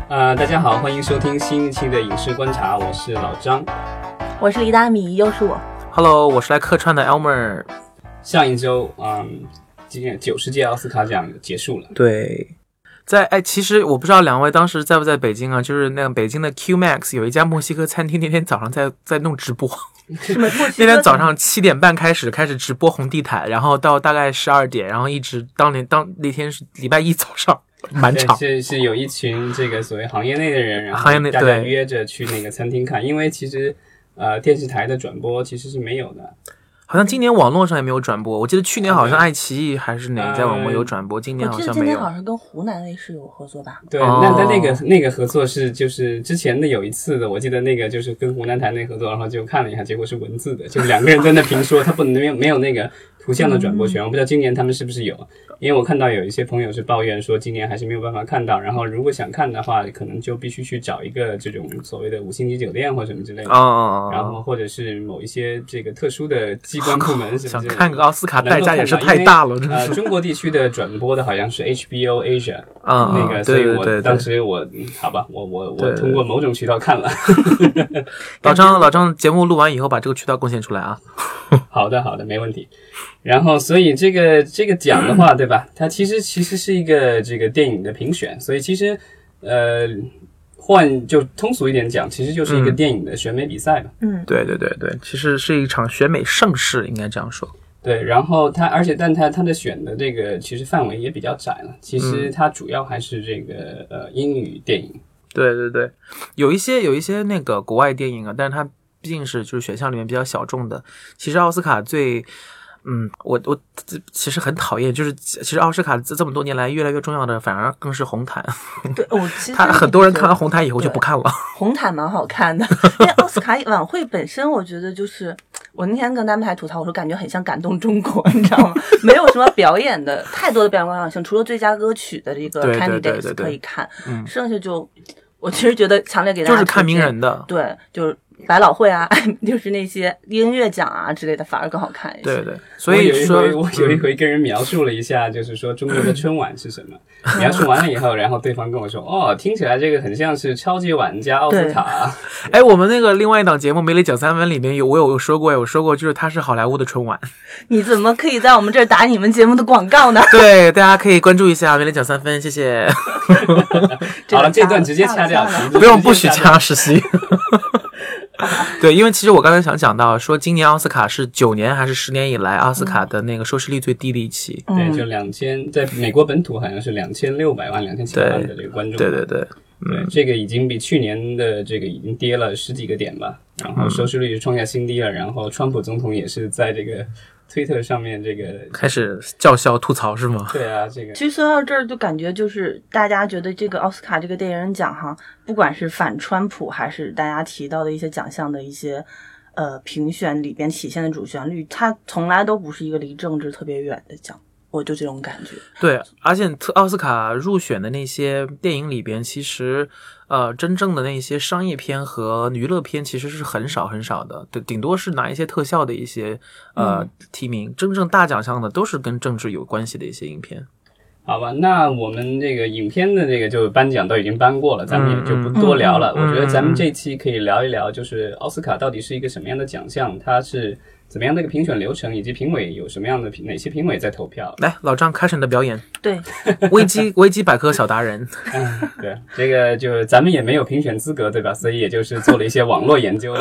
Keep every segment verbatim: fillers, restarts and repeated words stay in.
呃，大家好，欢迎收听新一期的影视观察，我是老张， 我是李大米，又是我。 Hello， 我是来客串的 Elmer。 上一周，嗯，今年九十届奥斯卡奖结束了。 对，在哎，其实我不知道两位当时在不在北京啊？就是那个北京的 Q Max 有一家墨西哥餐厅，那天早上在在弄直播。那天早上七点半开始开始直播红地毯，然后到大概十二点，然后一直当年当那天是礼拜一早上。满场是是有一群这个所谓行业内的人，然后行业内大家约着去那个餐厅看，因为其实呃电视台的转播其实是没有的。 好像今年网络上也没有转播，我记得去年好像爱奇艺还是哪家网络有转播， 嗯、 今年好像没有。 我记得今年好像跟湖南卫视有合作吧？ 对，那那那个那个合作是就是之前的有一次的，我记得那个就是跟湖南台那合作，然后就看了一下，结果是文字的，就是两个人在那评说，他不能没有没有那个图像的转播权，我不知道今年他们是不是有，因为我看到有一些朋友是抱怨说今年还是没有办法看到，然后如果想看的话，可能就必须去找一个这种所谓的五星级酒店或什么之类的， 哦， 然后或者是某一些这个特殊的机关部门什么。 想看个奥斯卡代价也是太大了，真呃，中国地区的转播的好像是 H B O Asia， 嗯， 那个，所以我当时我好吧，我我我通过某种渠道看了。 老张，老张，节目录完以后把这个渠道贡献出来啊。 好的，好的，没问题。然后，所以这个这个奖的话，对吧？它其实其实是一个这个电影的评选，所以其实呃。换就通俗一点讲，其实就是一个电影的选美比赛吧。 嗯， 对对对对，其实是一场选美盛事，应该这样说。 对，然后它，而且但它它的选的这个其实范围也比较窄了。其实它主要还是这个、嗯、呃英语电影。 对对对，有一些有一些那个国外电影啊，但是它毕竟是就是选项里面比较小众的。其实奥斯卡最。嗯，我我其实很讨厌，就是其实奥斯卡这么多年来越来越重要的，反而更是红毯。 对，我其实他很多人看完红毯以后就不看了。 红毯蛮好看的，因为奥斯卡晚会本身，我觉得就是我那天跟他们还吐槽，我说感觉很像感动中国，你知道吗？没有什么表演的太多的表演观赏性，除了最佳歌曲的这个 candidates 可以看， 嗯、 剩下就我其实觉得强烈给大家就是看名人的， 对，就是。百老汇啊，就是那些音乐奖啊之类的，反而更好看一些。 对对，所以说我有一回，我有一回跟人描述了一下，就是说中国的春晚是什么。描述完了以后，然后对方跟我说：“哦，听起来这个很像是超级碗加奥斯卡。” 哎，我们那个另外一档节目《梅里讲三分》里面有我有说过，有说过，就是它是好莱坞的春晚。 你怎么可以在我们这儿打你们节目的广告呢？ 对，大家可以关注一下《梅里讲三分》，谢谢。 好了，这段直接掐掉， 不用不许掐实习。对，因为其实我刚才想讲到说，今年奥斯卡是九年还是十年以来奥斯卡的那个收视率最低的一期。 嗯、对，就两千，在美国本土好像是两千六百万、两千七百万的这个观众。 对对对， 嗯、对，这个已经比去年的这个已经跌了十几个点吧，然后收视率是创下新低了，然后川普总统也是在这个推特上面这个开始叫嚣吐槽是吗？ 对啊，这个其实说到这儿就感觉就是大家觉得这个奥斯卡这个电影人奖哈，不管是反川普还是大家提到的一些奖项的一些呃评选里边体现的主旋律，它从来都不是一个离政治特别远的奖。我就这种感觉。 对，而且奥斯卡入选的那些电影里边，其实呃，真正的那些商业片和娱乐片其实是很少很少的，对，顶多是拿一些特效的一些呃、嗯、提名，真正大奖项的都是跟政治有关系的一些影片。 好吧，那我们这个影片的这个就颁奖都已经颁过了，咱们也就不多聊了。 嗯、 我觉得咱们这期可以聊一聊，就是奥斯卡到底是一个什么样的奖项，它是怎么样的一个评选流程，以及评委有什么样的哪些评委在投票。 来，老张开始你的表演。 对， 危机危机百科小达人。 嗯，对，这个就是咱们也没有评选资格，对吧？所以也就是做了一些网络研究了。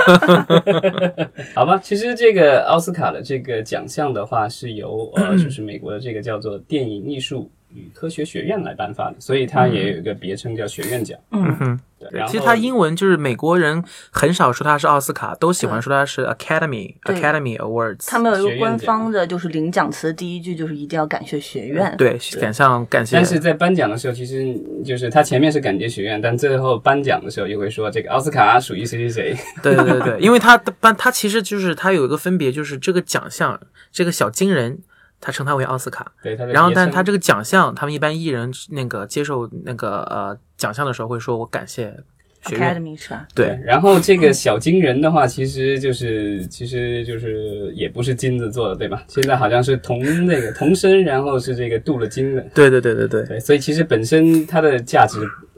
好吧，其实这个奥斯卡的这个奖项的话，是由呃，就是美国的这个叫做电影艺术与科学学院来颁发的，所以它也有一个别称叫学院奖。 嗯哼， 对。然后其实它英文就是美国人很少说它是奥斯卡，都喜欢说它是 Academy Academy Awards。 他们有一个官方的，就是领奖词，第一句就是一定要感谢学院。 对，感谢感谢。 但是在颁奖的时候，其实就是它前面是感谢学院，但最后颁奖的时候又会说这个奥斯卡属于谁谁谁。 对对对对，因为它颁它其实就是它有一个分别，就是这个奖项这个小金人。他称他为奥斯卡， 对，他然后但他这个奖项，他们一般艺人那个接受那个呃奖项的时候会说我感谢学院 Academy 是吧？ 对， 然后这个小金人的话，其实就是其实就是也不是金子做的，对吧？现在好像是铜那个铜身，然后是这个镀了金的。 对对对对对对，所以其实本身它的价值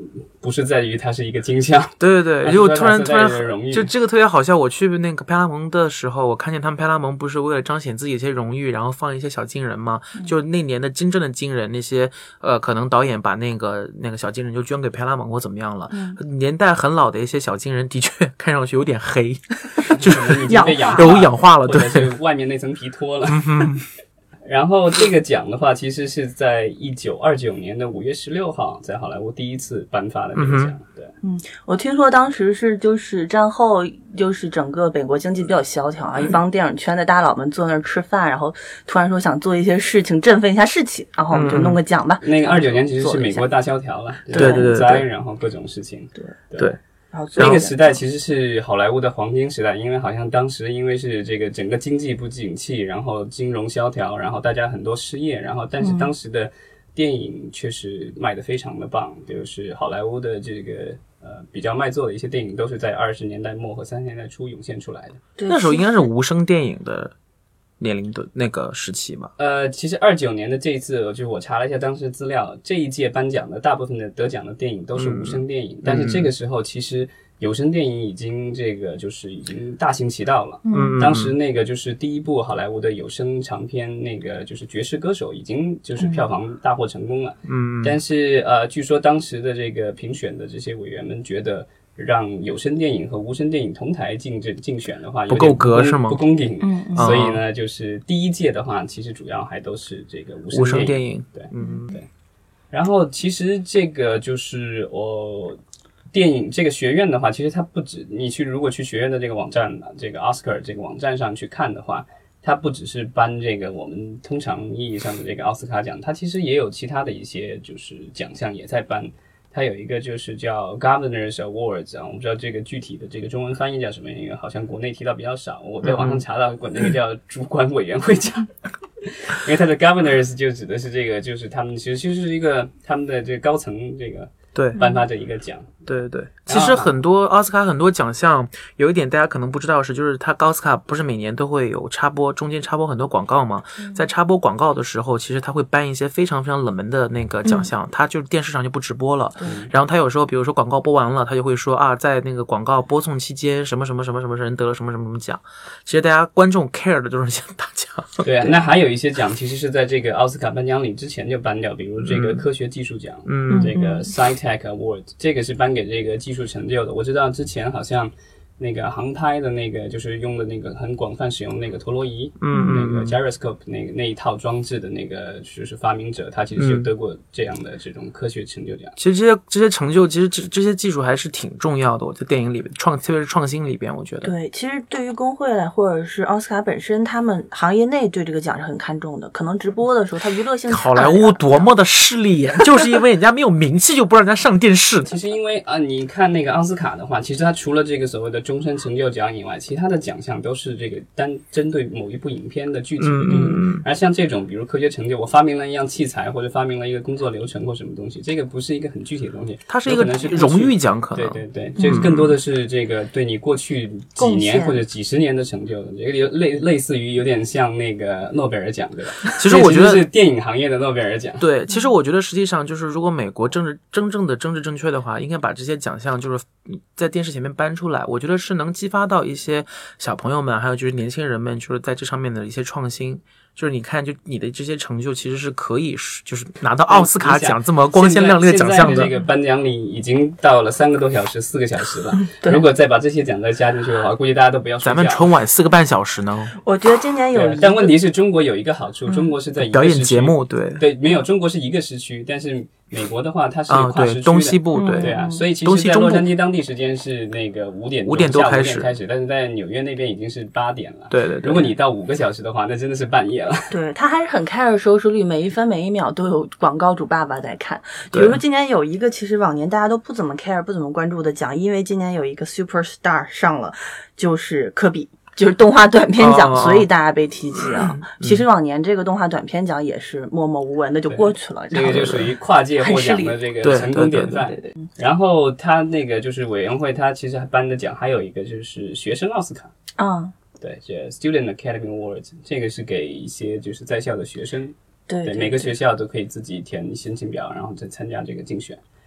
不是在于它是一个金像， 对对对，就突然突然荣誉就这个特别好笑。我去那个派拉蒙的时候，我看见他们派拉蒙不是为了彰显自己一些荣誉，然后放一些小金人吗？嗯、就那年的真正的金人，那些呃，可能导演把那个那个小金人就捐给派拉蒙或怎么样了。嗯、年代很老的一些小金人，的确看上去有点黑，就是氧化有氧化了，对， 外面那层皮脱了。然后这个奖的话，其实是在一九二九年的五月十六号，在好莱坞第一次颁发的这个奖。嗯、对， 嗯，我听说当时是就是战后，就是整个美国经济比较萧条啊，一帮电影圈的大佬们坐那儿吃饭，然后突然说想做一些事情振奋一下士气，然后我们就弄个奖吧。 嗯、那个二九年其实是美国大萧条了， 对对对对， 然后各种事情， 对对。对那个时代其实是好莱坞的黄金时代，因为好像当时因为是这个整个经济不景气，然后金融萧条，然后大家很多失业，然后但是当时的电影确实卖得非常的棒，嗯、就是好莱坞的这个呃比较卖座的一些电影都是在二十年代末和三十年代初涌现出来的。 那时候应该是无声电影的年龄的那个时期吧。 呃，其实二九年的这一次，就是我查了一下当时的资料，这一届颁奖的大部分的得奖的电影都是无声电影，嗯、但是这个时候其实有声电影已经这个就是已经大行其道了。嗯，当时那个就是第一部好莱坞的有声长片，那个就是《爵士歌手》已经就是票房大获成功了。嗯，但是呃，据说当时的这个评选的这些委员们觉得，让有声电影和无声电影同台竞争竞选的话， 不够格是吗？ 不公平。 嗯嗯。 所以呢，就是第一届的话，其实主要还都是这个无声电影。 对，嗯对。然后其实这个就是我。哦电影这个学院的话，其实它不止你去，如果去学院的这个网站，这个 Oscar 这个网站上去看的话，它不只是颁这个我们通常意义上的这个奥斯卡奖，它其实也有其他的一些就是奖项也在颁。它有一个就是叫 Governor's Awards 啊，我不知道这个具体的这个中文翻译叫什么，因为好像国内提到比较少。我在网上查到管这个叫主管委员会奖，因为它的 Governors 就指的是这个，就是他们其实就是一个他们的这个高层这个。 对， 颁发这一个奖。 对对，其实很多奥斯卡很多奖项，有一点大家可能不知道是，就是它奥斯卡不是每年都会有插播，中间插播很多广告吗？嗯、在插播广告的时候，其实他会颁一些非常非常冷门的那个奖项，他、嗯、就电视上就不直播了。嗯、然后他有时候，比如说广告播完了，他就会说啊，在那个广告播送期间，什么什么什么什么人得了什么什么什么奖。其实大家观众 care 的就是想大奖。 对啊，那还有一些奖其实是在这个奥斯卡颁奖礼之前就颁掉，比如这个科学技术奖，嗯，这个 Sci-Tech Award， 这个是颁给这个技术成就的。我知道之前好像那个航拍的那个就是用的那个很广泛使用那个陀螺仪，嗯，那个 gyroscope 那个那一套装置的那个就是发明者，他其实有得过这样的这种科学成就奖。 其实这些这些成就，其实这这些技术还是挺重要的。我在电影里边创，特别是创新里边，我觉得。 对，其实对于工会来，或者是奥斯卡本身，他们行业内对这个奖是很看重的。可能直播的时候，它娱乐性。 好莱坞多么的势利眼，就是因为人家没有名气，就不让人家上电视。 其实因为啊，你看那个奥斯卡的话，其实它除了这个所谓的终身成就奖以外，其他的奖项都是这个单针对某一部影片的具体的这个。嗯、而像这种，比如科学成就，我发明了一样器材，或者发明了一个工作流程或什么东西，这个不是一个很具体的东西， 它是一个荣誉奖，可能。 对对对，这个更多的是这个对你过去几年或者几十年的成就的，这个类类似于有点像那个诺贝尔奖，对吧？ 其实我觉得是电影行业的诺贝尔奖。 对，其实我觉得实际上就是，如果美国政治真正的政治正确的话，应该把这些奖项就是在电视前面搬出来，我觉得是能激发到一些小朋友们，还有就是年轻人们，就是在这上面的一些创新。就是你看，就你的这些成就其实是可以，就是拿到奥斯卡奖这么光鲜亮丽的奖项的。 现在这个颁奖礼已经到了三个多小时、四个小时了。如果再把这些奖再加进去的话，估计大家都不要睡觉。 咱们春晚四个半小时呢。 我觉得今年有一个， 但问题是中国有一个好处，中国是在一个表演节目，对对，没有中国是一个时区，但是美国的话它是跨时区的， 啊、东西部，对对啊，所以其实在洛杉矶当地时间是那个五点五点多开始开始，但是在纽约那边已经是八点了。 对对对， 如果你到五个小时的话，那真的是半夜了。 对，他还很 care 收视率，每一分每一秒都有广告主爸爸在看。比如说今年有一个其实往年大家都不怎么 care 不怎么关注的奖，因为今年有一个 Superstar 上了，就是科比，就是动画短片奖，所以大家被提及啊。其实往年这个动画短片奖也是默默无闻的就过去了， 这个就属于跨界获奖的这个成功典范。然后他那个就是委员会，他其实还颁的奖还有一个就是学生奥斯卡。 嗯。 对，这 Student Academy Awards 这个是给一些就是在校的学生， 对， 对， 对，每个学校都可以自己填申请表，然后再参加这个竞选。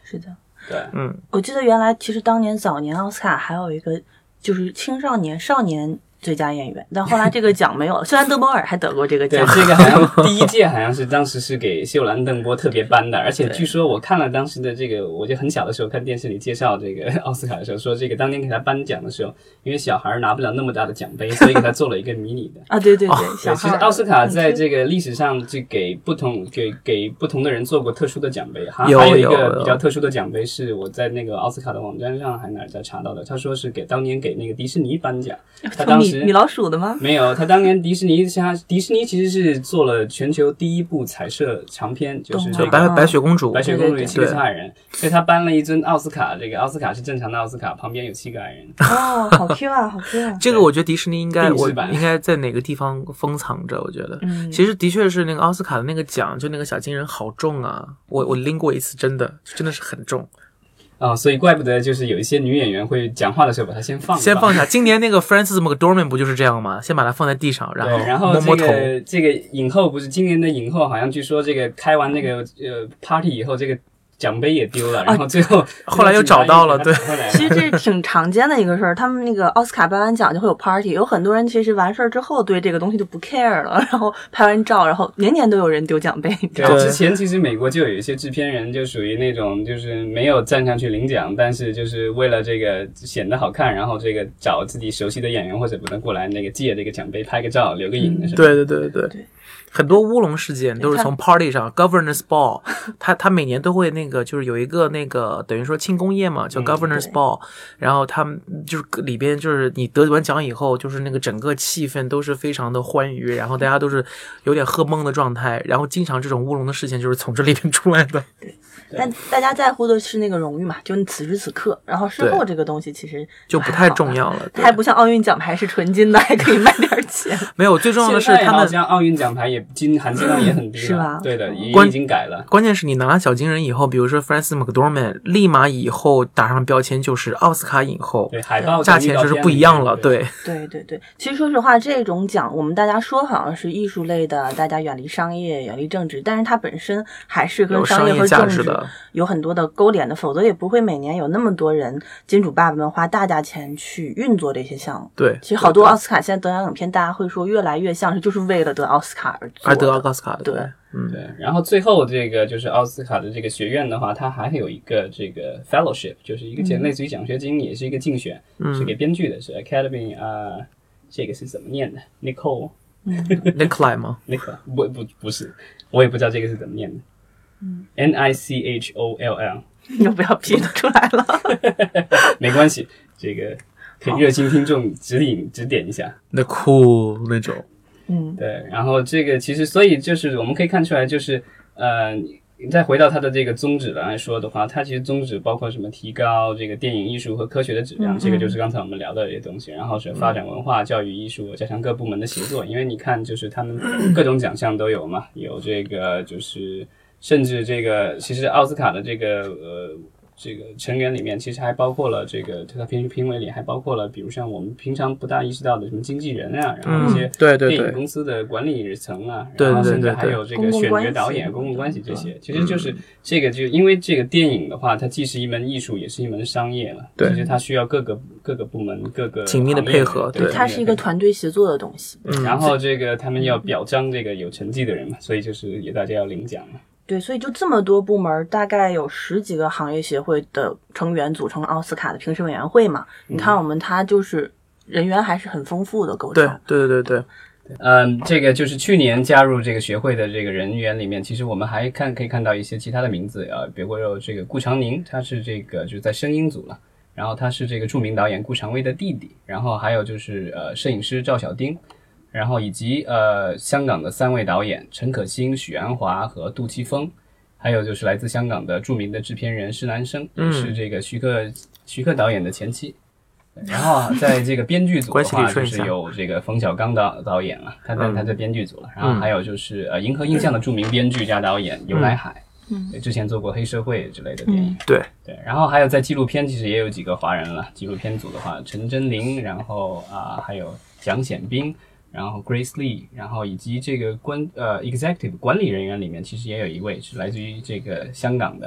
是的， 对， 嗯， 我记得原来其实当年早年奥斯卡还有一个就是青少年少年最佳演员，但后来这个奖没有了。虽然德波尔还得过这个对， 奖， 这个好像第一届好像是当时是给秀兰邓波特别颁的，而且据说我看了当时的这个，我就很小的时候看电视里介绍这个奥斯卡的时候，说这个当年给他颁奖的时候，因为小孩拿不了那么大的奖杯，所以给他做了一个迷你的。 啊，对对对， 哦小孩。 其实奥斯卡在这个历史上就给不同给给不同的人做过特殊的奖杯，还有还有一有有个比较特殊的奖杯是我在那个奥斯卡的网站上还哪儿在查到的，他说是给当年给那个迪士尼颁奖，他当时米米老鼠的吗？ 没有，他当年迪士尼他迪士尼其实是做了全球第一部彩色长片，就是这个白白雪公主， 白雪公主有七个对小矮人，所以他颁了一尊奥斯卡，这个奥斯卡是正常的奥斯卡，旁边有七个矮人。 哦，好 Q 啊，好 Q 啊！ 这个我觉得迪士尼应该我定制版应该在哪个地方封藏着，我觉得。 嗯其实的确是那个奥斯卡的那个奖，就那个小金人好重啊，我我拎过一次，真的真的是很重。 啊、所以怪不得就是有一些女演员会讲话的时候把它先放一先放下。今年那个 Frances McDormand 不就是这样吗？先把它放在地上，然后对，然后这摸摸头。 个这个影后不是今年的影后，好像据说这个开完那个呃 party 以后，这个奖杯也丢了，然后最后、 后来又找到了对其实这是挺常见的一个事儿，他们那个奥斯卡颁完奖就会有 party， 有很多人其实完事儿之后对这个东西就不 care 了，然后拍完照，然后年年都有人丢奖杯。 对，之前其实美国就有一些制片人就属于那种就是没有站上去领奖，但是就是为了这个显得好看，然后这个找自己熟悉的演员或者不能过来那个借这个奖杯拍个照留个影的什么的。 对对对对对。 对很多乌龙事件都是从 party 上 governors ball， 他他每年都会那个就是有一个那个等于说庆功宴嘛，叫 governors ball，、嗯、然后他们就是里边就是你得完奖以后，就是那个整个气氛都是非常的欢愉，然后大家都是有点喝懵的状态，然后经常这种乌龙的事情就是从这里边出来的。 对。但大家在乎的是那个荣誉嘛，就此时此刻，然后事后这个东西其实就不太重要了。 它还不像奥运奖牌是纯金的，还可以卖点钱。 没有，最重要的是他们好像奥运奖牌也金含金量也很低了， 是吧？ 对的，也关已经改了。 关键是你拿了小金人以后，比如说 Frances McDormand， 立马以后打上标签就是奥斯卡影后， 对，海报价钱就是不一样了。对对对对，其实说实话，这种奖我们大家说好像是艺术类的，大家远离商业、远离政治，但是它本身还是跟商业和政治有很多的勾连的，否则也不会每年有那么多人金主爸爸们花大价钱去运作这些项目。 对， 其实好多奥斯卡现在得奖影片，大家会说越来越像是就是为了得奥斯卡而做而得奥斯卡的。 对， 嗯， 对。然后最后这个就是奥斯卡的这个学院的话，它还有一个这个 fellowship， 就是一个奖、嗯、类似于奖学金，也是一个竞选，嗯、是给编剧的，是 Academy 啊、呃，这个是怎么念的 ？Nicole， 嗯 Nicolai 吗 ？Nicole 不不不是，我也不知道这个是怎么念的。嗯 ，N I C H O L L。 又不要批出来了， 没关系，这个可以热心听众指引指点一下。 那酷那种， 嗯， 对。然后这个其实，所以就是我们可以看出来，就是呃，再回到它的这个宗旨来说的话，它其实宗旨包括什么？提高这个电影艺术和科学的质量，嗯、这个就是刚才我们聊的这些东西。然后是发展文化、教育、艺术，加强各部门的协作。因为你看，就是他们各种奖项都有嘛，有这个就是。甚至这个，其实奥斯卡的这个呃这个成员里面，其实还包括了这个他评评委里还包括了，比如像我们平常不大意识到的什么经纪人啊，然后一些电影公司的管理层啊， 对对对， 然后甚至还有这个选角导演、公共关系这些，其实就是这个就因为这个电影的话，它既是一门艺术，也是一门商业了， 对， 其实它需要各个各个部门各个紧密的配合， 对，它是一个团队协作的东西。 嗯、然后这个他们要表彰这个有成绩的人嘛，所以就是也大家要领奖嘛。 对，所以就这么多部门，大概有十几个行业协会的成员组成奥斯卡的评审委员会嘛。你看我们它就是人员还是很丰富的构成。 对对对对对。嗯，这个就是去年加入这个学会的这个人员里面，其实我们还看可以看到一些其他的名字啊，比如说这个顾长宁，他是这个就是在声音组了，然后他是这个著名导演顾长卫的弟弟，然后还有就是呃摄影师赵小丁。然后以及呃香港的三位导演陈可辛、许鞍华和杜琪峰，还有就是来自香港的著名的制片人施南生，也是这个徐克、嗯、徐克导演的前妻。然后在这个编剧组的话，就是有这个冯小刚导导演了，他在他在编剧组了。然后还有就是呃银河映像的著名编剧加导演游来海，嗯，之前做过黑社会之类的电影。 嗯、对对，然后还有在纪录片其实也有几个华人了，纪录片组的话，陈真灵，然后啊、呃、还有蒋显斌。然后 Grace Lee， 然后以及这个官呃 executive 管理人员里面，其实也有一位是来自于这个香港的，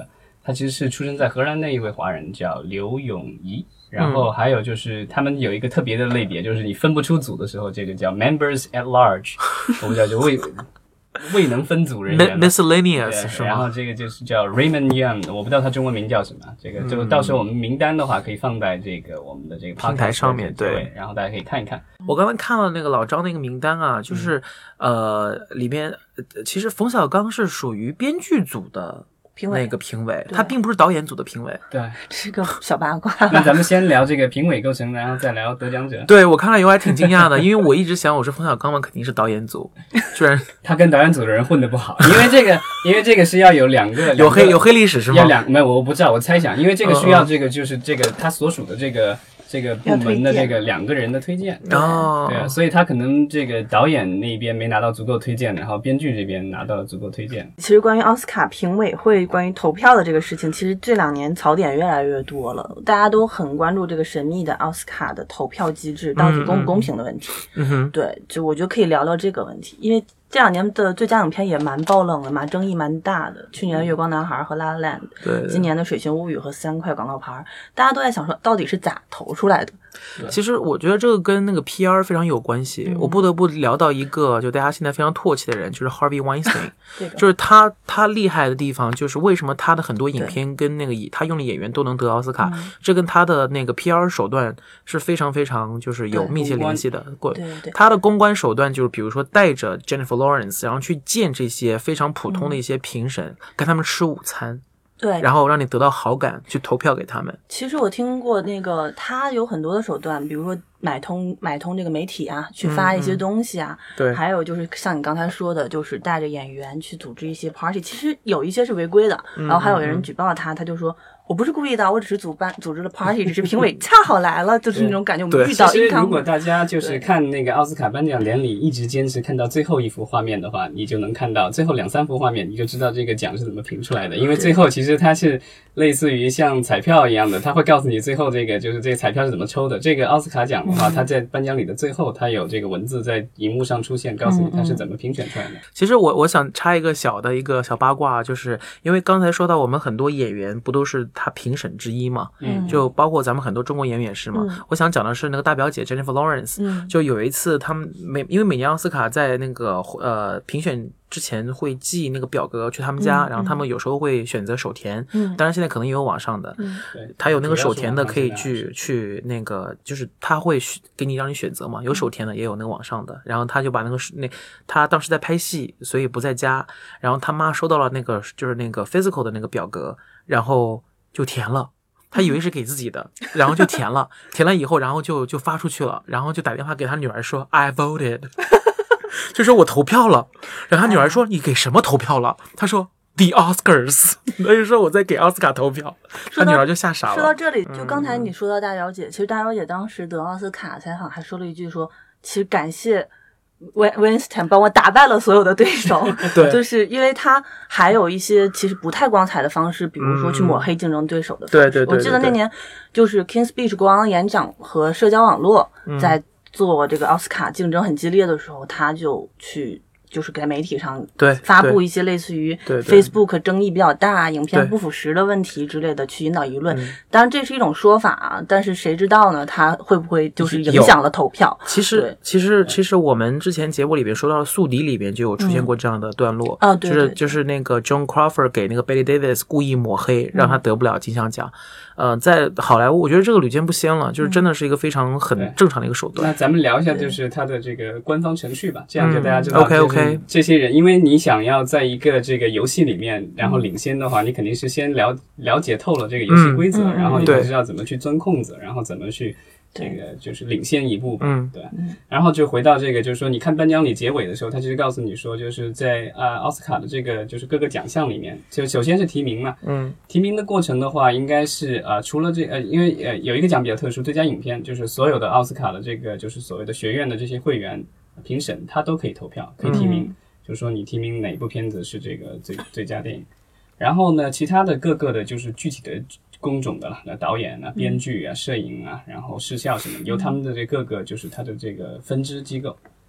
他其实是出生在荷兰的一位华人，叫刘永怡。然后还有就是他们有一个特别的类别，就是你分不出组的时候，这个叫 members at large， 我们叫就未未能分组人员 miscellaneous 是吗？ 然后这个就是叫 Raymond Young， 我不知道他中文名叫什么，这个就到时候我们名单的话可以放在这个我们的这个平台上面，对， 然后大家可以看一看。 我刚才看了那个老张那个名单啊，就是、嗯、呃里面其实冯小刚是属于编剧组的。那个评委，他并不是导演组的评委。 对， 是个小八卦。 那咱们先聊这个评委构成，然后再聊得奖者。 对，我看了以后还挺惊讶的，因为我一直想，我是冯小刚嘛，肯定是导演组，居然他跟导演组的人混得不好，因为这个，因为这个是要有两个有黑有黑历史是吗？ 要两没有，我不知道，我猜想，因为这个需要这个就是这个他所属的这个。这个部门的这个两个人的推荐哦， 对啊，所以他可能这个导演那边没拿到足够推荐，然后编剧这边拿到了足够推荐。 其实关于奥斯卡评委会关于投票的这个事情，其实这两年槽点越来越多了，大家都很关注这个神秘的奥斯卡的投票机制到底公不公平的问题。 嗯哼， 对，就我觉得可以聊聊这个问题，因为这两年的最佳影片也蛮爆冷的嘛，争议蛮大的。去年的《月光男孩》和《La La Land》， 对， 今年的《水形物语》和三块广告牌，大家都在想说到底是咋投出来的。 其实我觉得这个跟那个 P R 非常有关系、嗯、我不得不聊到一个就大家现在非常唾弃的人，就是 Harvey Weinstein 就是他他厉害的地方就是为什么他的很多影片跟那个他用的演员都能得奥斯卡、嗯、这跟他的那个 P R 手段是非常非常就是有密切联系的。 对对对， 他的公关手段就是比如说带着 Jennifer Lawrence 然后去见这些非常普通的一些评审、嗯、跟他们吃午餐， 对， 然后让你得到好感，去投票给他们。 其实我听过那个，他有很多的手段，比如说买通买通这个媒体啊，去发一些东西啊， 嗯嗯对， 还有就是像你刚才说的，就是带着演员去组织一些 party， 其实有一些是违规的， 嗯、 然后还有人举报他，他就说。我不是故意的，我只是组办组织了 party， 只是评委恰好来了，就是那种感觉。我们遇到其实如果大家就是看那个奥斯卡颁奖典礼，一直坚持看到最后一幅画面的话，你就能看到最后两三幅画面，你就知道这个奖是怎么评出来的。因为最后其实它是类似于像彩票一样的，它会告诉你最后这个就是这个彩票是怎么抽的。这个奥斯卡奖的话，它在颁奖礼的最后，它有这个文字在荧幕上出现，告诉你它是怎么评选出来的。 其实我我想插一个小的一个小八卦，就是因为刚才说到我们很多演员不都是他评审之一嘛， 嗯， 就包括咱们很多中国演员也是嘛。 嗯、 我想讲的是那个大表姐 Jennifer Lawrence， 嗯， 就有一次他们每因为每年奥斯卡在那个呃评选之前会寄那个表格去他们家， 嗯、 然后他们有时候会选择手填， 嗯， 当然现在可能也有网上的， 嗯， 他有那个手填的可以去去那个就是他会给你让你选择嘛，有手填的也有那个网上的，然后他就把那个那他当时在拍戏，所以不在家，然后他妈收到了那个就是那个 physical 的那个表格，然后就填了。他以为是给自己的，然后就填了，填了以后，然后就就发出去了，然后就打电话给他女儿说 I voted， 就说我投票了。然后他女儿说你给什么投票了？他说 The Oscars， 他就说我在给奥斯卡投票。他女儿就吓傻了。 说到这里，就刚才你说到大表姐，嗯、其实大表姐当时得奥斯卡采访还说了一句说，其实感谢。Winston 帮我打败了所有的对手， 对， 就是因为他还有一些其实不太光彩的方式，比如说去抹黑竞争对手的方式。 对对对， 我记得那年就是 King's Speech 国王演讲和社交网络在做这个奥斯卡竞争很激烈的时候，他就去。就是在媒体上对发布一些类似于 Facebook 争议比较大、影片不符实的问题之类的，去引导舆论。当然这是一种说法啊，但是谁知道呢？它会不会就是影响了投票？ 其实，其实，其实我们之前节目里边说到的宿敌里边就有出现过这样的段落， 嗯、哦，对， 就是就是那个 Joan Crawford 给那个 Bette Davis 故意抹黑，让他得不了金像奖。呃，在好莱坞，我觉得这个屡见不鲜了，就是真的是一个非常很正常的一个手段。 那咱们聊一下，就是它的这个官方程序吧，这样就大家知道。 OK OK， 这些人，因为你想要在一个这个游戏里面，然后领先的话，你肯定是先了了解透了这个游戏规则， 嗯、 然后你才知道怎么去钻空子，然后怎么去。这个就是领先一步吧， 嗯， 对。然后就回到这个，就是说，你看颁奖礼结尾的时候，他其实告诉你说，就是在呃奥斯卡的这个就是各个奖项里面，就首先是提名嘛， 嗯， 提名的过程的话，应该是呃除了这呃，因为呃有一个奖比较特殊，最佳影片，就是所有的奥斯卡的这个就是所谓的学院的这些会员评审，他都可以投票，可以提名， 嗯、 就是说你提名哪部片子是这个最最佳电影。然后呢，其他的各个的就是具体的工种的了，那导演啊、编剧啊、摄影啊，然后视效什么，由他们的这各个就是他的这个分支机构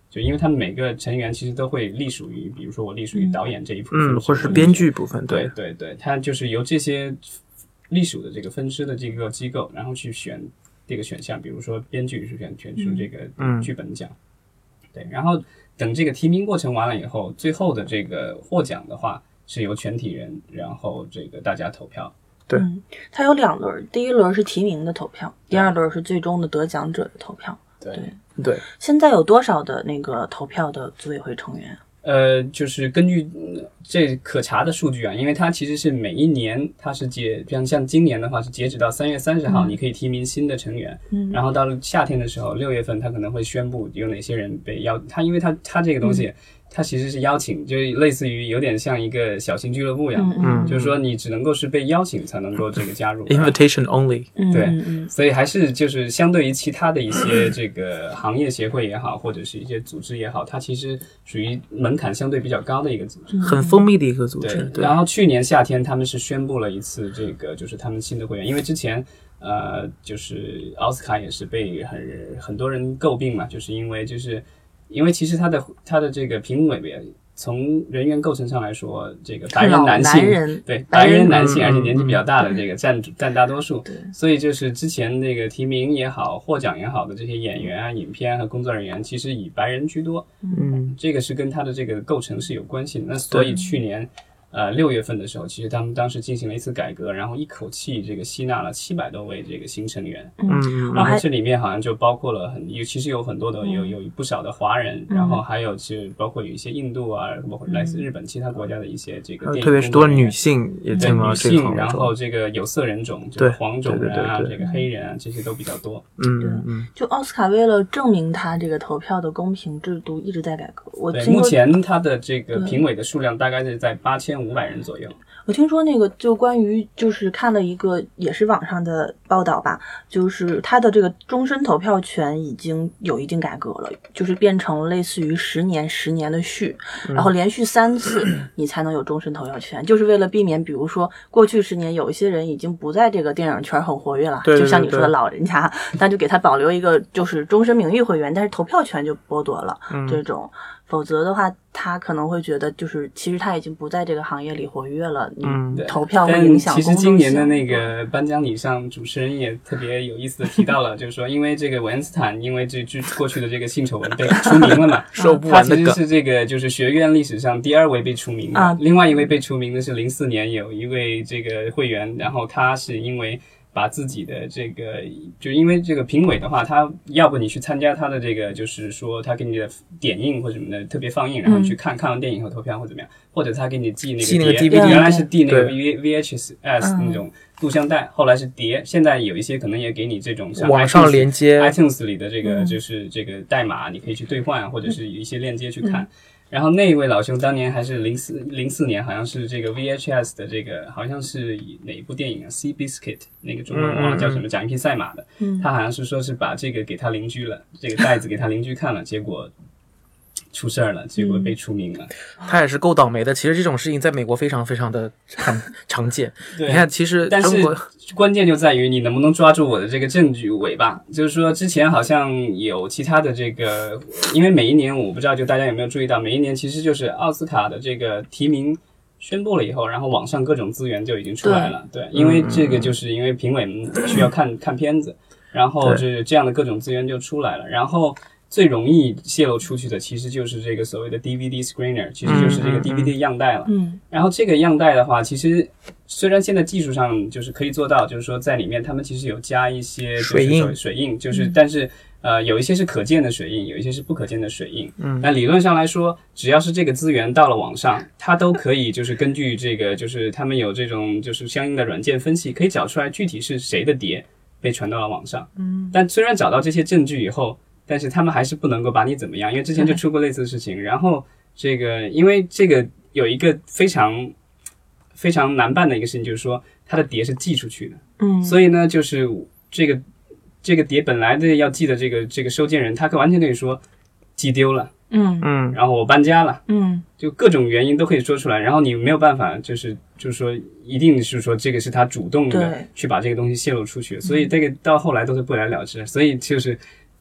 就因为他们每个成员其实都会隶属于，比如说我隶属于导演这一部分， 嗯，或者是编剧部分， 对对对，他就是由这些隶属的这个分支的这个机构，然后去选这个选项，比如说编剧是选选出这个剧本奖，嗯、对，然后等这个提名过程完了以后，最后的这个获奖的话是由全体人，然后这个大家投票。 对， 嗯，它有两轮，第一轮是提名的投票，第二轮是最终的得奖者的投票。 对对, 对， 现在有多少的那个投票的组委会成员？ 呃，就是根据这可查的数据啊，因为它其实是每一年它是截，像像今年的话是截止到三月三十号，你可以提名新的成员，嗯，然后到了夏天的时候，六月份它可能会宣布有哪些人被邀，它因为它它这个东西。嗯它其实是邀请，就是类似于有点像一个小型俱乐部一样，嗯，就是说你只能够是被邀请才能够这个加入 ，invitation only， 对， 嗯嗯， 所以还是就是相对于其他的一些这个行业协会也好，或者是一些组织也好，它其实属于门槛相对比较高的一个组织， 很封闭的一个组织。 对， 对， 然后去年夏天他们是宣布了一次这个就是他们新的会员，因为之前呃就是奥斯卡也是被很很多人诟病嘛，就是因为就是。因为其实他的他的这个评委从人员构成上来说，这个白人男性， 人对白人男性， 嗯、 而且年纪比较大的这个占占大多数， 对， 所以就是之前那个提名也好、获奖也好的这些演员啊、影片和工作人员，其实以白人居多， 嗯， 这个是跟他的这个构成是有关系的。那所以去年。呃，六月份的时候，其实他们当时进行了一次改革，然后一口气这个吸纳了七百多位这个新成员， 嗯， 然后这里面好像就包括了很，尤其是有很多的有有不少的华人， 嗯、 然后还有是包括有一些印度啊，包括来自日本其他国家的一些这个电影， 特别是多女性也进入女性，然后这个有色人种，就是黄种人啊，这个黑人啊，这些都比较多。 嗯嗯， 就奥斯卡为了证明他这个投票的公平制度，一直在改革。我对目前他的这个评委的数量大概是在八千五百人左右。 我听说那个就关于就是看了一个也是网上的报道吧，就是他的这个终身投票权已经有一定改革了，就是变成类似于十年十年的续，然后连续三次你才能有终身投票权，就是为了避免比如说过去十年有一些人已经不在这个电影圈很活跃了， 对对对对， 就像你说的老人家，那就给他保留一个就是终身名誉会员，但是投票权就剥夺了， 嗯、 这种。否则的话，他可能会觉得，就是其实他已经不在这个行业里活跃了，你投票会影响公众。 其实今年的那个颁奖礼上，主持人也特别有意思的提到了，就是说，因为这个韦恩斯坦，因为这过去的这个性丑闻被出名了嘛， 说不完的梗。 他其实是这个就是学院历史上第二位被除名的， 啊、 另外一位被除名的是零四年有一位这个会员，然后他是因为。把自己的这个，就因为这个评委的话，他要不你去参加他的这个，就是说他给你的点映或什么的特别放映，然后你去看、嗯、看完电影后投票或怎么样，或者他给你寄那个寄那个 D V D， 原来是递那个 V V H S 那种录像带，后来是碟，现在有一些可能也给你这种像网上连接 iTunes 里的这个就是这个代码，你可以去兑换，或者是有一些链接去看。嗯然后那一位老兄当年还是零四零四年，好像是这个 V H S 的这个，好像是哪一部电影啊 ？Sea Biscuit 那个中文忘了叫什么，讲一匹赛马的。 嗯， 他好像是说是把这个给他邻居了，这个袋子给他邻居看了，结果出事儿了，结果被除名了。 他也是够倒霉的。其实这种事情在美国非常非常的常常见。 对， 你看，其实中国关键就在于你能不能抓住我的这个证据尾巴。就是说，之前好像有其他的这个，因为每一年我不知道，就大家有没有注意到，每一年其实就是奥斯卡的这个提名宣布了以后，然后网上各种资源就已经出来了。对，对因为这个就是因为评委们需要看看片子，然后这这样的各种资源就出来了，然后。最容易泄露出去的其实就是这个所谓的 D V D screener， 其实就是这个 D V D 样带了。 嗯， 然后这个样带的话，其实虽然现在技术上就是可以做到，就是说在里面他们其实有加一些水印， 水印就是，但是呃有一些是可见的水印，有一些是不可见的水印。嗯，那理论上来说，只要是这个资源到了网上，它都可以就是根据这个就是他们有这种就是相应的软件分析，可以找出来具体是谁的碟被传到了网上。嗯，但虽然找到这些证据以后。但是他们还是不能够把你怎么样，因为之前就出过类似的事情。然后这个，因为这个有一个非常非常难办的一个事情，就是说它的碟是寄出去的， 嗯， 所以呢，就是这个这个碟本来的要寄的这个这个收件人，他完全可以说寄丢了， 嗯嗯， 然后我搬家了， 嗯， 就各种原因都可以说出来，然后你没有办法，就是就是说一定是说这个是他主动的去把这个东西泄露出去，所以这个到后来都是不了了之，所以就是。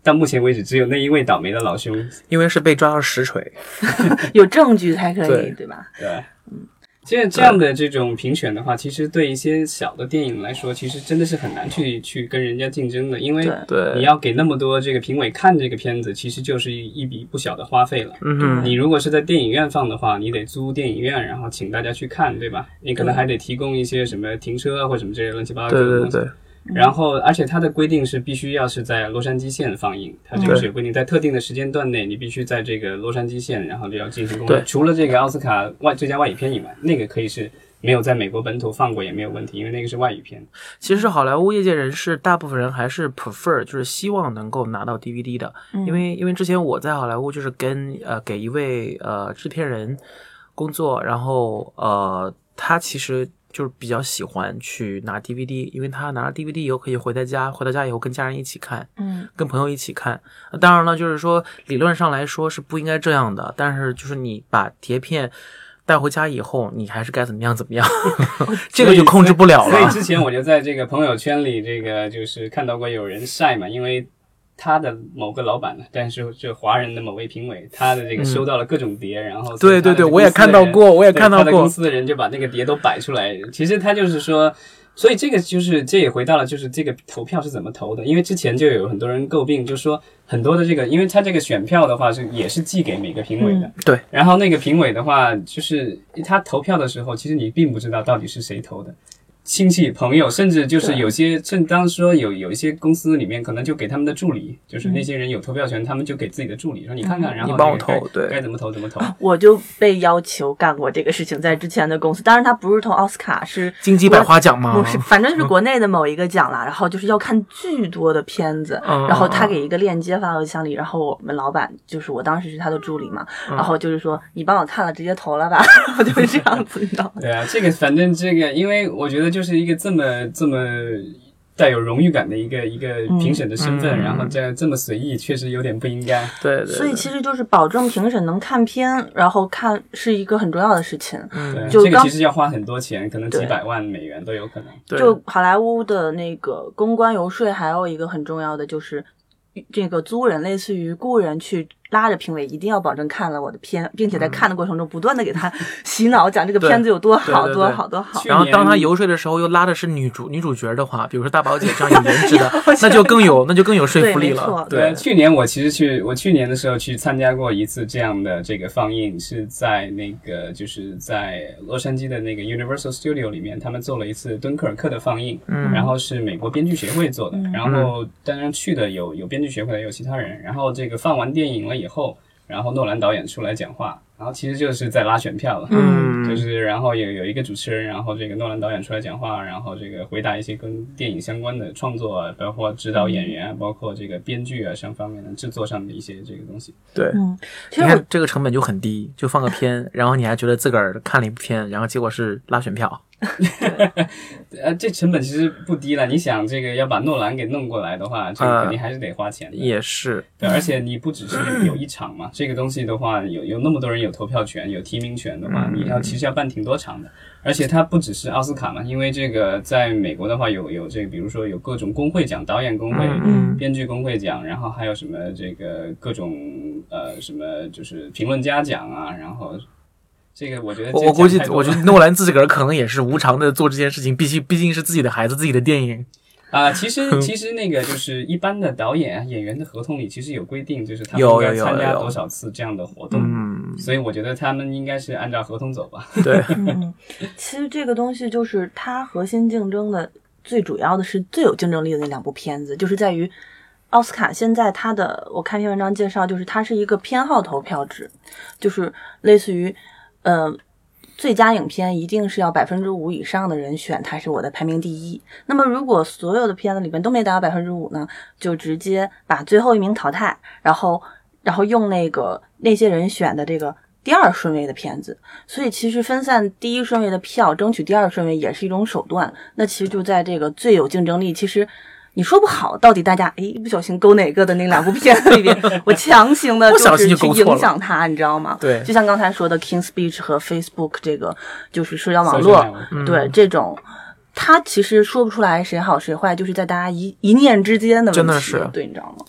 到目前为止只有那一位倒霉的老兄， 因为是被抓到实锤， 有证据才可以，对, 对吧？ 对，嗯。其实这样的这种评选的话，其实对一些小的电影来说，其实真的是很难去去跟人家竞争的，因为你要给那么多这个评委看这个片子，其实就是一一笔不小的花费了。 嗯， 你如果是在电影院放的话，你得租电影院，然后请大家去看，对吧？你可能还得提供一些什么停车啊或什么这些乱七八糟的东西。 对对对。 然后，而且它的规定是必须要是在洛杉矶县放映，它这个是有规定，在特定的时间段内，你必须在这个洛杉矶县，然后就要进行公映。除了这个奥斯卡外最佳外语片以外，那个可以是没有在美国本土放过也没有问题，因为那个是外语片。 其实好莱坞业界人士大部分人还是 prefer 就是希望能够拿到 D V D 的， 嗯、 因为因为之前我在好莱坞就是跟呃给一位呃制片人工作，然后呃他其实就是比较喜欢去拿 D V D， 因为他拿了 D V D 以后可以回到家，回到家以后跟家人一起看， 嗯， 跟朋友一起看。当然了，就是说理论上来说是不应该这样的，但是就是你把碟片带回家以后，你还是该怎么样怎么样，这个就控制不了了。 所以之前我就在这个朋友圈里，这个就是看到过有人晒嘛，因为他的某个老板呢，但是这华人的某位评委，他的这个收到了各种碟，嗯、然后对对对，我也看到过，我也看到过， 他的公司的人就把那个碟都摆出来。其实他就是说，所以这个就是这也回到了就是这个投票是怎么投的，因为之前就有很多人诟病，就说很多的这个，因为他这个选票的话是也是寄给每个评委的， 嗯、对， 然后那个评委的话，就是他投票的时候，其实你并不知道到底是谁投的。亲戚朋友，甚至就是有些，甚至当时说有有一些公司里面可能就给他们的助理，就是那些人有投票权，他们就给自己的助理说你看看，然后你帮我投，对， 该怎么投怎么投。 我就被要求干过这个事情，在之前的公司，当然他不是投奥斯卡，是金鸡百花奖吗？ 不是，反正是国内的某一个奖啦。然后就是要看巨多的片子， 嗯、 然后他给一个链接发到邮箱里，然后我们老板就是我当时是他的助理嘛， 嗯、 然后就是说你帮我看了，直接投了吧，然后就是这样子，你知道吗？ 对啊，这个反正这个，因为我觉得就是一个这么。这么带有荣誉感的一个一个评审的身份， 嗯、 然后这样这么随意，确实有点不应该。 对 对, 对。 所以其实就是保证评审能看片，然后看是一个很重要的事情。 嗯， 就这个其实要花很多钱，可能几百万美元都有可能。 对。 就好莱坞的那个公关游说，还有一个很重要的就是这个租人，类似于雇人去拉着评委，一定要保证看了我的片，并且在看的过程中不断的给他洗脑，讲这个片子有多好，多好，多好。 然后当他游说的时候，又拉的是女主女主角的话，比如说大宝姐这样有颜值的，那就更有那就更有说服力了。 对， 对，去年我其实去，我去年的时候去参加过一次这样的这个放映，是在那个就是在洛杉矶的那个 Universal Studio 里面，他们做了一次敦刻尔克的放映， 嗯， 然后是美国编剧协会做的， 嗯、 然后当然去的有有编剧协会的，也有其他人，然后这个放完电影了以后。然后诺兰导演出来讲话，然后其实就是在拉选票了， 嗯， 就是然后有有一个主持人，然后这个诺兰导演出来讲话，然后这个回答一些跟电影相关的创作啊，包括指导演员啊，包括这个编剧啊上方面的制作上的一些这个东西。 对， 嗯， 其实你看这个成本就很低，就放个片，然后你还觉得自个儿看了一部片，然后结果是拉选票。 呃，这成本其实不低了。你想，这个要把诺兰给弄过来的话，这个肯定还是得花钱的。 呃、也是， 对，而且你不只是有一场嘛，这个东西的话，有有那么多人有投票权、有提名权的话，你要其实要办挺多场的。而且它不只是奥斯卡嘛，因为这个在美国的话有有这个，比如说有各种工会奖，导演工会、 嗯、 编剧工会奖，然后还有什么这个各种呃什么就是评论家奖啊，然后。这个我觉得这我估计，我觉得诺兰自个儿可能也是无偿的做这件事情，毕竟毕竟是自己的孩子，自己的电影啊、呃。其实其实那个就是一般的导演啊、演员的合同里其实有规定，就是他们应该参加多少次这样的活动。 嗯， 所以我觉得他们应该是按照合同走吧。 对， 嗯，其实这个东西就是它核心竞争的最主要的是最有竞争力的那两部片子，就是在于。奥斯卡现在它的，我看篇文章介绍，就是它是一个偏好投票制，就是类似于。呃，最佳影片一定是要百分之五以上的人选，它是我的排名第一。那么如果所有的片子里面都没达到百分之五呢，就直接把最后一名淘汰，然后然后用那个那些人选的这个第二顺位的片子。所以其实分散第一顺位的票，争取第二顺位也是一种手段。那其实就在这个最有竞争力，其实。你说不好，到底大家诶不小心勾哪个的那两部片子里边，我强行的就是去影响它，你知道吗？ 对， 就像刚才说的 King's Speech 和 Facebook 这个就是社交网络， 嗯、 对这种，它其实说不出来谁好谁坏，就是在大家一一念之间的问题， 真的是对，你知道吗？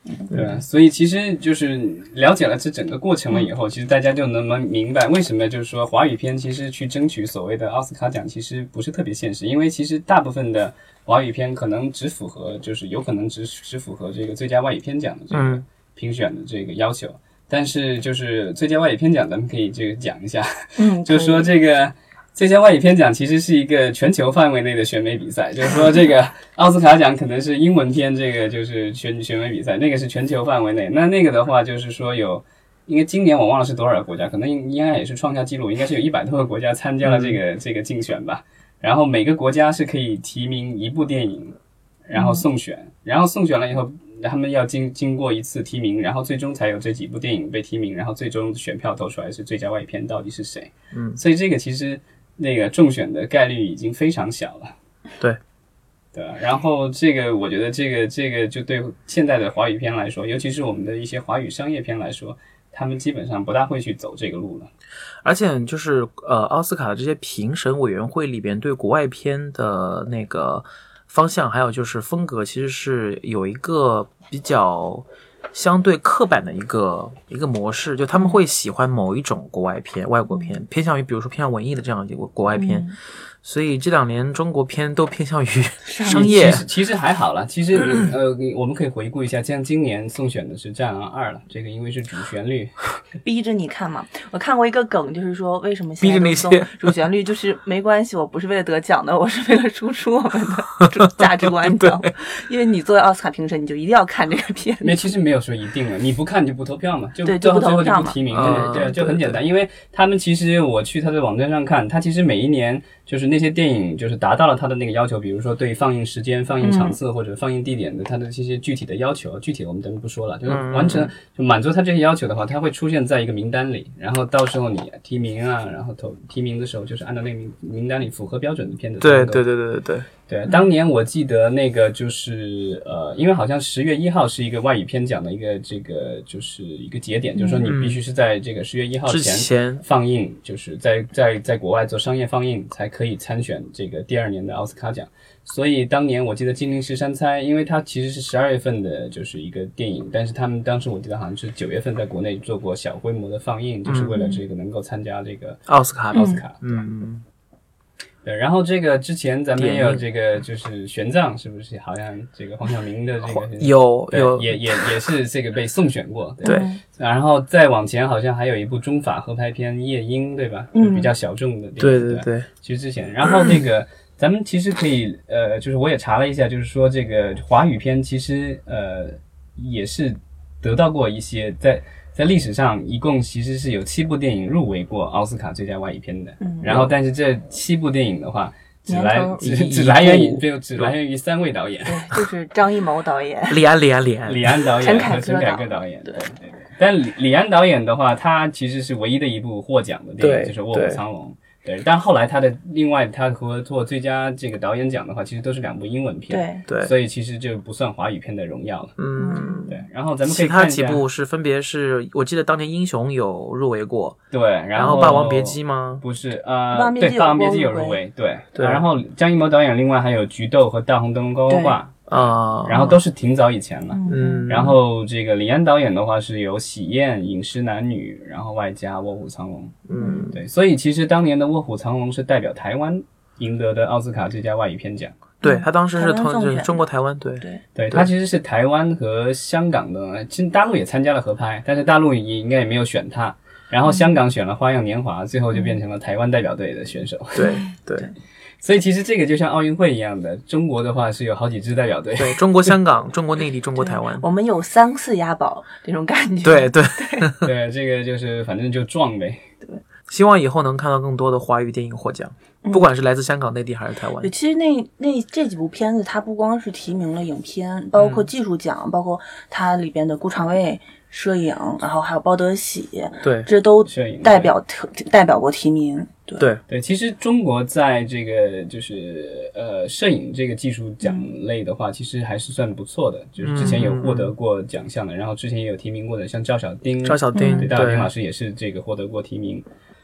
对，所以其实就是了解了这整个过程了以后，其实大家就能明白为什么就是说华语片其实去争取所谓的奥斯卡奖其实不是特别现实，因为其实大部分的华语片可能只符合就是有可能只只符合这个最佳外语片奖的这个评选的这个要求，但是就是最佳外语片奖咱们可以这个讲一下， 嗯， 就是说这个最佳外语片奖其实是一个全球范围内的选美比赛，就是说这个奥斯卡奖可能是英文片，这个就是选选美比赛，那个是全球范围内。那那个的话就是说有，因为今年我忘了是多少个国家，可能应该也是创下纪录，应该是有一百多个国家参加了这个、嗯、这个竞选吧。然后每个国家是可以提名一部电影，然后送选，嗯、然后送选了以后，他们要经经过一次提名，然后最终才有这几部电影被提名，然后最终选票投出来是最佳外语片到底是谁。嗯，所以这个其实。那个中选的概率已经非常小了， 对， 对，然后这个我觉得这个这个就对现在的华语片来说，尤其是我们的一些华语商业片来说，他们基本上不大会去走这个路了。 而且就是呃，奥斯卡的这些评审委员会里边对国外片的那个方向，还有就是风格，其实是有一个比较相对刻板的一个一个模式，就他们会喜欢某一种国外片、外国片，偏向于比如说偏向文艺的这样一个国外片。嗯，所以这两年中国片都偏向于商业。 其实其实还好啦，其实呃，我们可以回顾一下，像今年送选的是《战狼二》了，这个因为是主旋律， 逼着你看嘛。我看过一个梗，就是说为什么现在都送主旋律，就是没关系，我不是为了得奖的，我是为了输出我们的价值观奖。因为你作为奥斯卡评审，你就一定要看这个片子。 那其实没有说一定了，你不看就不投票嘛，就对，就不投票嘛， 就不提名，嗯、对对，就很简单。因为他们其实我去他的网站上看，他其实每一年。就是那些电影就是达到了他的那个要求，比如说对放映时间、放映场次或者放映地点的他的这些具体的要求，具体的我们咱们不说了，就是完成就满足他这些要求的话，他会出现在一个名单里，然后到时候你提名啊，然后投提名的时候就是按照那个名名单里符合标准的片子。 对对对对对对对，当年我记得那个就是呃，因为好像十月一号是一个外语片奖的一个这个就是一个节点，就是说你必须是在这个十月一号前放映，就是在在在国外做商业放映才可以参选这个第二年的奥斯卡奖。所以当年我记得《金陵十三钗》，因为它其实是十二月份的，就是一个电影，但是他们当时我记得好像是九月份在国内做过小规模的放映，就是为了这个能够参加这个奥斯卡奥斯卡。 嗯嗯。 对，然后这个之前咱们也有这个就是玄奘，是不是好像这个黄晓明的这个有有也也也是这个被送选过。 对， 对，然后再往前好像还有一部中法合拍片《夜莺》，对吧？嗯，比较小众的电影。 对对对， 其实之前，然后那个咱们其实可以呃，就是我也查了一下，就是说这个华语片其实呃也是得到过一些在。在历史上一共其实是有七部电影入围过奥斯卡最佳外语片的，嗯、然后但是这七部电影的话，只来只只来源于就只来源于三位导演， 对，就是张艺谋导演、 李安、李安、李安、 李安导演和陈凯歌导演，对对对。但李李安导演的话，他其实是唯一的一部获奖的电影，就是《卧虎藏龙》。对，但后来他的另外他和做最佳这个导演奖的话，其实都是两部英文片， 对对， 所以其实就不算华语片的荣耀了。 嗯， 对。然后咱们可以看一下其他几部是分别是我记得当年《英雄》有入围过， 对， 然后 《霸王别姬》吗？ 不是，呃，对，《霸王别姬》有入围，对对、 啊。然后张艺谋导演另外还有《菊豆》和《大红灯笼高挂》。 啊、 然后都是挺早以前了， 嗯， 然后这个李安导演的话是有《喜宴》《饮食男女》，然后外加《卧虎藏龙》， 嗯， 对，所以其实当年的《卧虎藏龙》是代表台湾赢得的奥斯卡最佳外语片奖， 对，他当时是同中国台湾，对对对，他其实是台湾和香港的，其实大陆也参加了合拍，但是大陆也应该也没有选他，然后香港选了《花样年华》，最后就变成了台湾代表队的选手， 对对。 所以其实这个就像奥运会一样的，中国的话是有好几支代表队， 对，中国香港、中国内地、中国台湾， 我们有三次押宝这种感觉， 对对对对，这个就是反正就撞呗。 对， 希望以后能看到更多的华语电影获奖， 嗯、 不管是来自香港、内地还是台湾。 对，其实那那这几部片子，它不光是提名了影片，包括技术奖，嗯、包括它里边的顾长卫。摄影，然后还有包德喜， 对， 这都代表代表过提名。对对对，其实中国在这个就是呃摄影这个技术奖类的话，嗯、其实还是算不错的，就是之前有获得过奖项的，嗯、然后之前也有提名过的，像赵小丁， 赵小丁， 对，赵小丁老师也是这个获得过提名。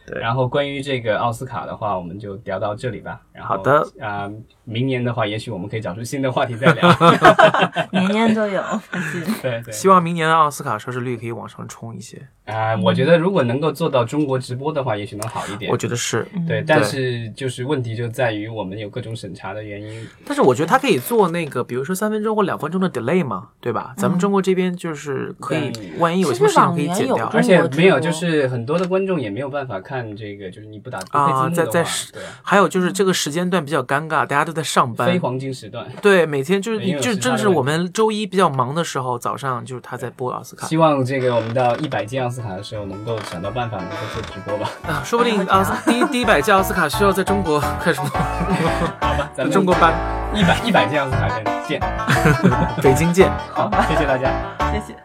对， 然后关于这个奥斯卡的话，我们就聊到这里吧。然后好的啊、呃，明年的话，也许我们可以找出新的话题再聊。 年年都有， 对对。 希望明年的奥斯卡收视率可以往上冲一些。 啊、呃，我觉得如果能够做到中国直播的话，也许能好一点。 我觉得是， 对，但是就是问题就在于我们有各种审查的原因。 但是我觉得它可以做那个，比如说三分钟或两分钟的 delay 嘛，对吧？咱们中国这边就是可以，嗯、万一有什么事情可以剪掉， 而且没有，就是很多的观众也没有办法看这个，就是你不打不配字幕的话， 啊，在在对， 还有就是这个时间段比较尴尬，大家都在上班， 非黄金时段。 对，每天就是就是正是我们周一比较忙的时候，早上就是他在播奥斯卡。 希望这个我们到一百届奥斯卡的时候，能够想到办法能够做直播吧。 啊，说不定奥斯第一第一百届奥斯卡需要在中国开始播。 好吧，咱们中国班一百一百届奥斯卡见， 北京见。 好，谢谢大家， 谢谢。